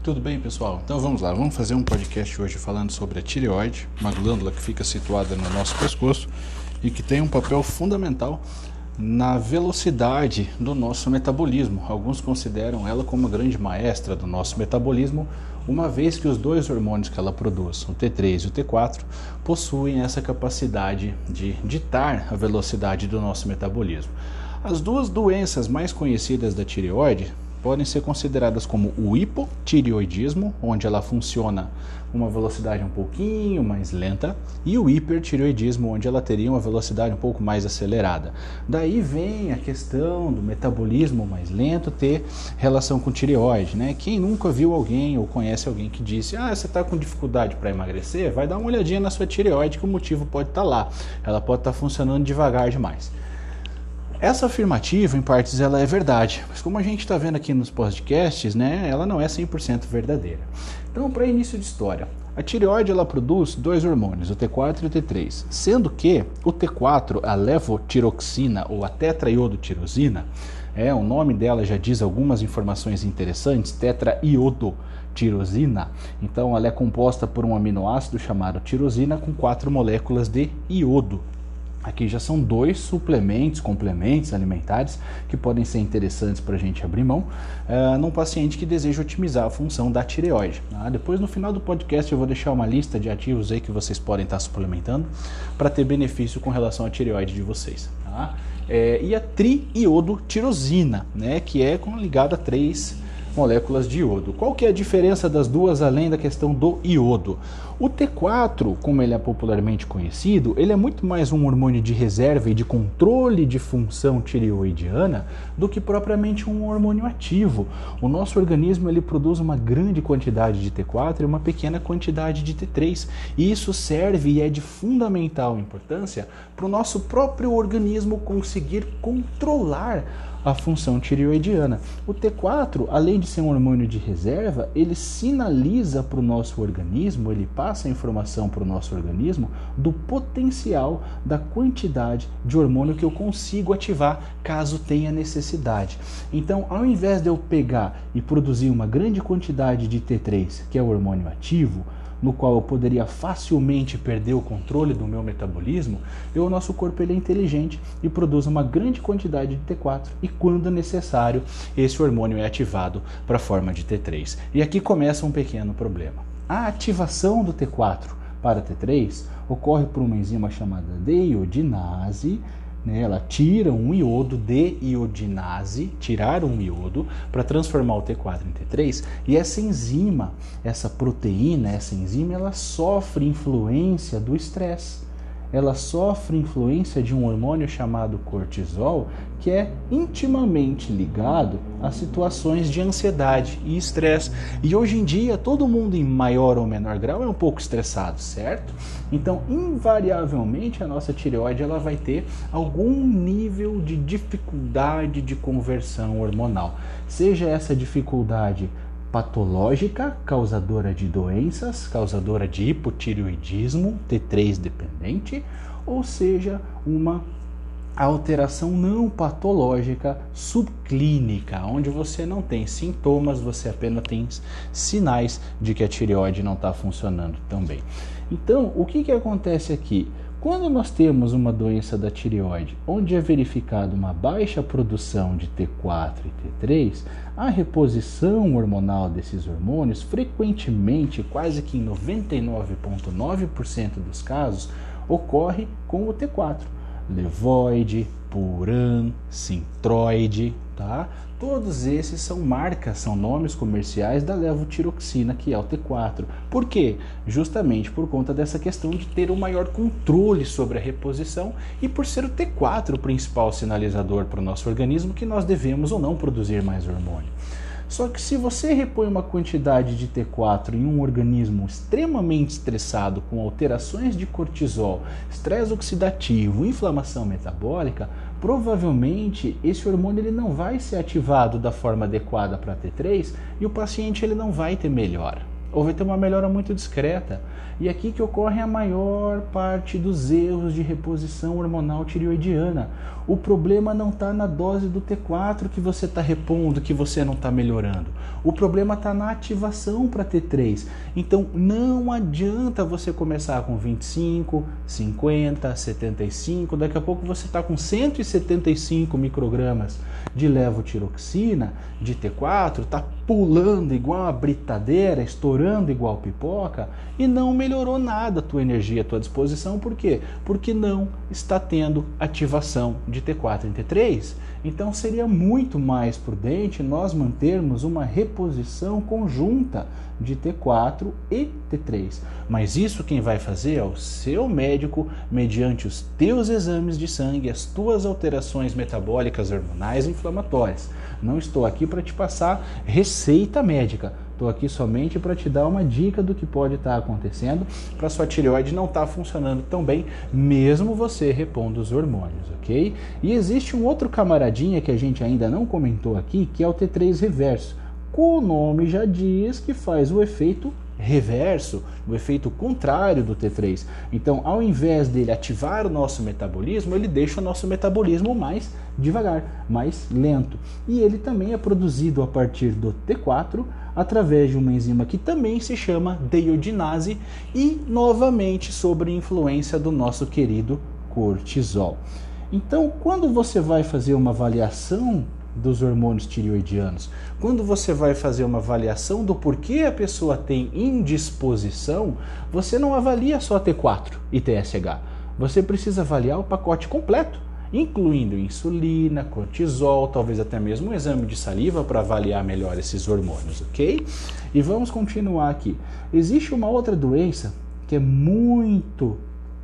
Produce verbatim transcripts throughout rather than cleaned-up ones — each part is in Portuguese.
Tudo bem, pessoal? Então vamos lá, vamos fazer um podcast hoje falando sobre a tireoide, uma glândula que fica situada no nosso pescoço e que tem um papel fundamental na velocidade do nosso metabolismo. Alguns consideram ela como a grande maestra do nosso metabolismo, uma vez que os dois hormônios que ela produz, o T três e o T quatro, possuem essa capacidade de ditar a velocidade do nosso metabolismo. As duas doenças mais conhecidas da tireoide podem ser consideradas como o hipotireoidismo, onde ela funciona com uma velocidade um pouquinho mais lenta, e o hipertireoidismo, onde ela teria uma velocidade um pouco mais acelerada. Daí vem a questão do metabolismo mais lento ter relação com tireoide, né? Quem nunca viu alguém ou conhece alguém que disse: ah, você está com dificuldade para emagrecer? Vai dar uma olhadinha na sua tireoide que o motivo pode estar lá. Ela pode estar funcionando devagar demais. Essa afirmativa, em partes, ela é verdade, mas como a gente está vendo aqui nos podcasts, né, ela não é cem por cento verdadeira. Então, para início de história, a tireoide ela produz dois hormônios, o T quatro e o T três, sendo que o T quatro, a levotiroxina ou a tetraiodotirosina, é, o nome dela já diz algumas informações interessantes, tetraiodotirosina, então ela é composta por um aminoácido chamado tirosina com quatro moléculas de iodo. Aqui já são dois suplementos, complementos alimentares que podem ser interessantes para a gente abrir mão uh, num paciente que deseja otimizar a função da tireoide. Tá? Depois, no final do podcast, eu vou deixar uma lista de ativos aí que vocês podem estar suplementando para ter benefício com relação à tireoide de vocês. Tá? É, e a triiodotirosina, né, que é ligada a três moléculas de iodo. Qual que é a diferença das duas além da questão do iodo? O T quatro, como ele é popularmente conhecido, ele é muito mais um hormônio de reserva e de controle de função tireoidiana do que propriamente um hormônio ativo. O nosso organismo ele produz uma grande quantidade de T quatro e uma pequena quantidade de T três. E isso serve e é de fundamental importância para o nosso próprio organismo conseguir controlar a função tireoidiana. O T quatro, além de ser um hormônio de reserva, ele sinaliza para o nosso organismo, ele passa a informação para o nosso organismo do potencial da quantidade de hormônio que eu consigo ativar caso tenha necessidade. Então, ao invés de eu pegar e produzir uma grande quantidade de T três, que é o hormônio ativo, no qual eu poderia facilmente perder o controle do meu metabolismo, eu, o nosso corpo ele é inteligente e produz uma grande quantidade de T quatro e, quando necessário, esse hormônio é ativado para a forma de T três. E aqui começa um pequeno problema. A ativação do T quatro para T três ocorre por uma enzima chamada deiodinase. Ela tira um iodo, deiodinase, tirar um iodo para transformar o T quatro em T três, e essa enzima, essa proteína, essa enzima, ela sofre influência do estresse. Ela sofre influência de um hormônio chamado cortisol, que é intimamente ligado a situações de ansiedade e estresse. E hoje em dia, todo mundo em maior ou menor grau é um pouco estressado, certo? Então, invariavelmente, a nossa tireoide ela vai ter algum nível de dificuldade de conversão hormonal. Seja essa dificuldade patológica, causadora de doenças, causadora de hipotireoidismo, T três dependente, ou seja, uma alteração não patológica subclínica, onde você não tem sintomas, você apenas tem sinais de que a tireoide não está funcionando tão bem. Então, o que, que acontece aqui? Quando nós temos uma doença da tireoide, onde é verificada uma baixa produção de T quatro e T três, a reposição hormonal desses hormônios, frequentemente, quase que em noventa e nove vírgula nove por cento dos casos, ocorre com o T quatro. Levoide, Puran, Sintroide, tá? Todos esses são marcas, são nomes comerciais da levotiroxina, que é o T quatro. Por quê? Justamente por conta dessa questão de ter um maior controle sobre a reposição e por ser o T quatro o principal sinalizador para o nosso organismo que nós devemos ou não produzir mais hormônio. Só que se você repõe uma quantidade de T quatro em um organismo extremamente estressado, com alterações de cortisol, estresse oxidativo, inflamação metabólica, provavelmente esse hormônio ele não vai ser ativado da forma adequada para T três e o paciente ele não vai ter melhora. ou vai ter uma melhora muito discreta. E aqui que ocorre a maior parte dos erros de reposição hormonal tireoidiana. O problema não está na dose do T quatro que você está repondo, que você não está melhorando. O problema está na ativação para T três. Então não adianta você começar com vinte e cinco, cinquenta, setenta e cinco, daqui a pouco você está com cento e setenta e cinco microgramas de levotiroxina, de T quatro, está pulando igual uma britadeira, estourando igual pipoca e não melhorou nada a tua energia, a tua disposição. Por quê? Porque não está tendo ativação de T quatro em T três. Então seria muito mais prudente nós mantermos uma reposição conjunta de T quatro e T três. Mas isso quem vai fazer é o seu médico, mediante os teus exames de sangue, as tuas alterações metabólicas, hormonais e inflamatórias. Não estou aqui para te passar receita médica. Estou aqui somente para te dar uma dica do que pode estar acontecendo para sua tireoide não estar funcionando tão bem, mesmo você repondo os hormônios, ok? E existe um outro camaradinha que a gente ainda não comentou aqui, que é o T três reverso. O nome já diz que faz o efeito reverso, o efeito contrário do T três. Então, ao invés dele ativar o nosso metabolismo, ele deixa o nosso metabolismo mais devagar, mais lento. E ele também é produzido a partir do T quatro, através de uma enzima que também se chama deiodinase e, novamente, sob influência do nosso querido cortisol. Então, quando você vai fazer uma avaliação dos hormônios tireoidianos, quando você vai fazer uma avaliação do porquê a pessoa tem indisposição, você não avalia só T quatro e T S H. Você precisa avaliar o pacote completo, incluindo insulina, cortisol, talvez até mesmo um exame de saliva para avaliar melhor esses hormônios, ok? E vamos continuar aqui. Existe uma outra doença que é muito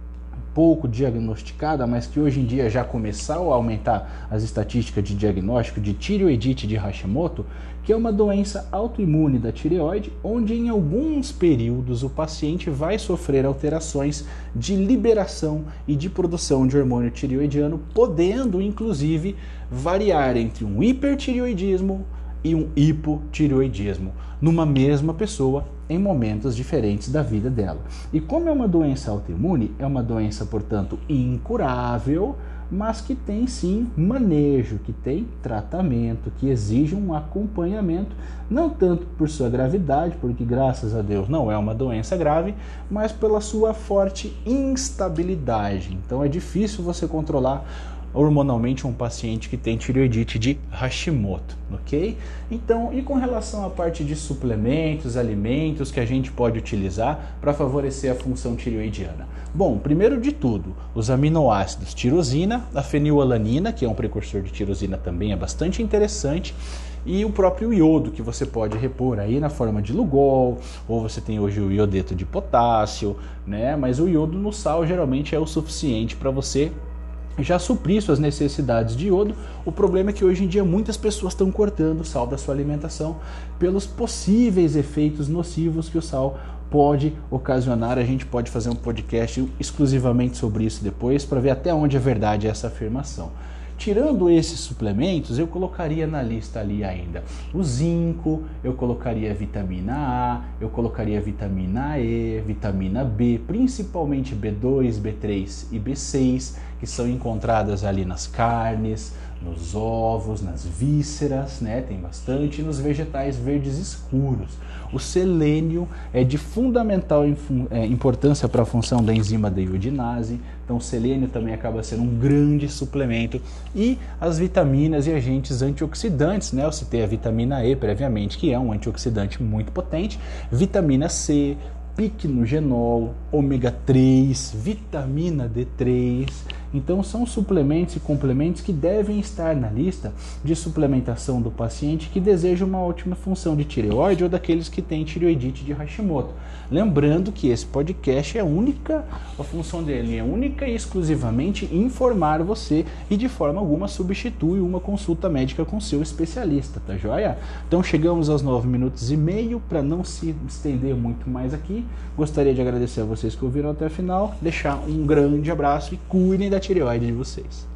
pouco diagnosticada, mas que hoje em dia já começou a aumentar as estatísticas de diagnóstico de tireoidite de Hashimoto, que é uma doença autoimune da tireoide, onde em alguns períodos o paciente vai sofrer alterações de liberação e de produção de hormônio tireoidiano, podendo inclusive variar entre um hipertireoidismo e um hipotireoidismo numa mesma pessoa em momentos diferentes da vida dela. E como é uma doença autoimune, é uma doença, portanto, incurável, mas que tem sim manejo, que tem tratamento, que exige um acompanhamento, não tanto por sua gravidade, porque graças a Deus não é uma doença grave, mas pela sua forte instabilidade. Então é difícil você controlar hormonalmente um paciente que tem tireoidite de Hashimoto, ok? Então, e com relação à parte de suplementos, alimentos que a gente pode utilizar para favorecer a função tireoidiana? Bom, primeiro de tudo, os aminoácidos tirosina, a fenilalanina, que é um precursor de tirosina também é bastante interessante, e o próprio iodo, que você pode repor aí na forma de Lugol, ou você tem hoje o iodeto de potássio, né? Mas o iodo no sal geralmente é o suficiente para você já suprir suas necessidades de iodo. O problema é que hoje em dia muitas pessoas estão cortando o sal da sua alimentação pelos possíveis efeitos nocivos que o sal pode ocasionar. A gente pode fazer um podcast exclusivamente sobre isso depois para ver até onde é verdade essa afirmação. Tirando esses suplementos, eu colocaria na lista ali ainda o zinco, eu colocaria vitamina A, eu colocaria vitamina E, vitamina B, principalmente B dois, B três e B seis, que são encontradas ali nas carnes, nos ovos, nas vísceras, né? Tem bastante, e nos vegetais verdes escuros. O selênio é de fundamental importância para a função da enzima deiodinase, então o selênio também acaba sendo um grande suplemento. E as vitaminas e agentes antioxidantes, né? Eu citei a vitamina E previamente, que é um antioxidante muito potente, vitamina C, picnogenol, ômega três, vitamina D três. Então são suplementos e complementos que devem estar na lista de suplementação do paciente que deseja uma ótima função de tireoide ou daqueles que têm tireoidite de Hashimoto. Lembrando que esse podcast é única, a função dele é única e exclusivamente informar você e de forma alguma substitui uma consulta médica com seu especialista, tá joia? Então chegamos aos nove minutos e meio, para não se estender muito mais aqui, gostaria de agradecer a vocês que ouviram até o final, deixar um grande abraço e cuidem da tireoide de vocês.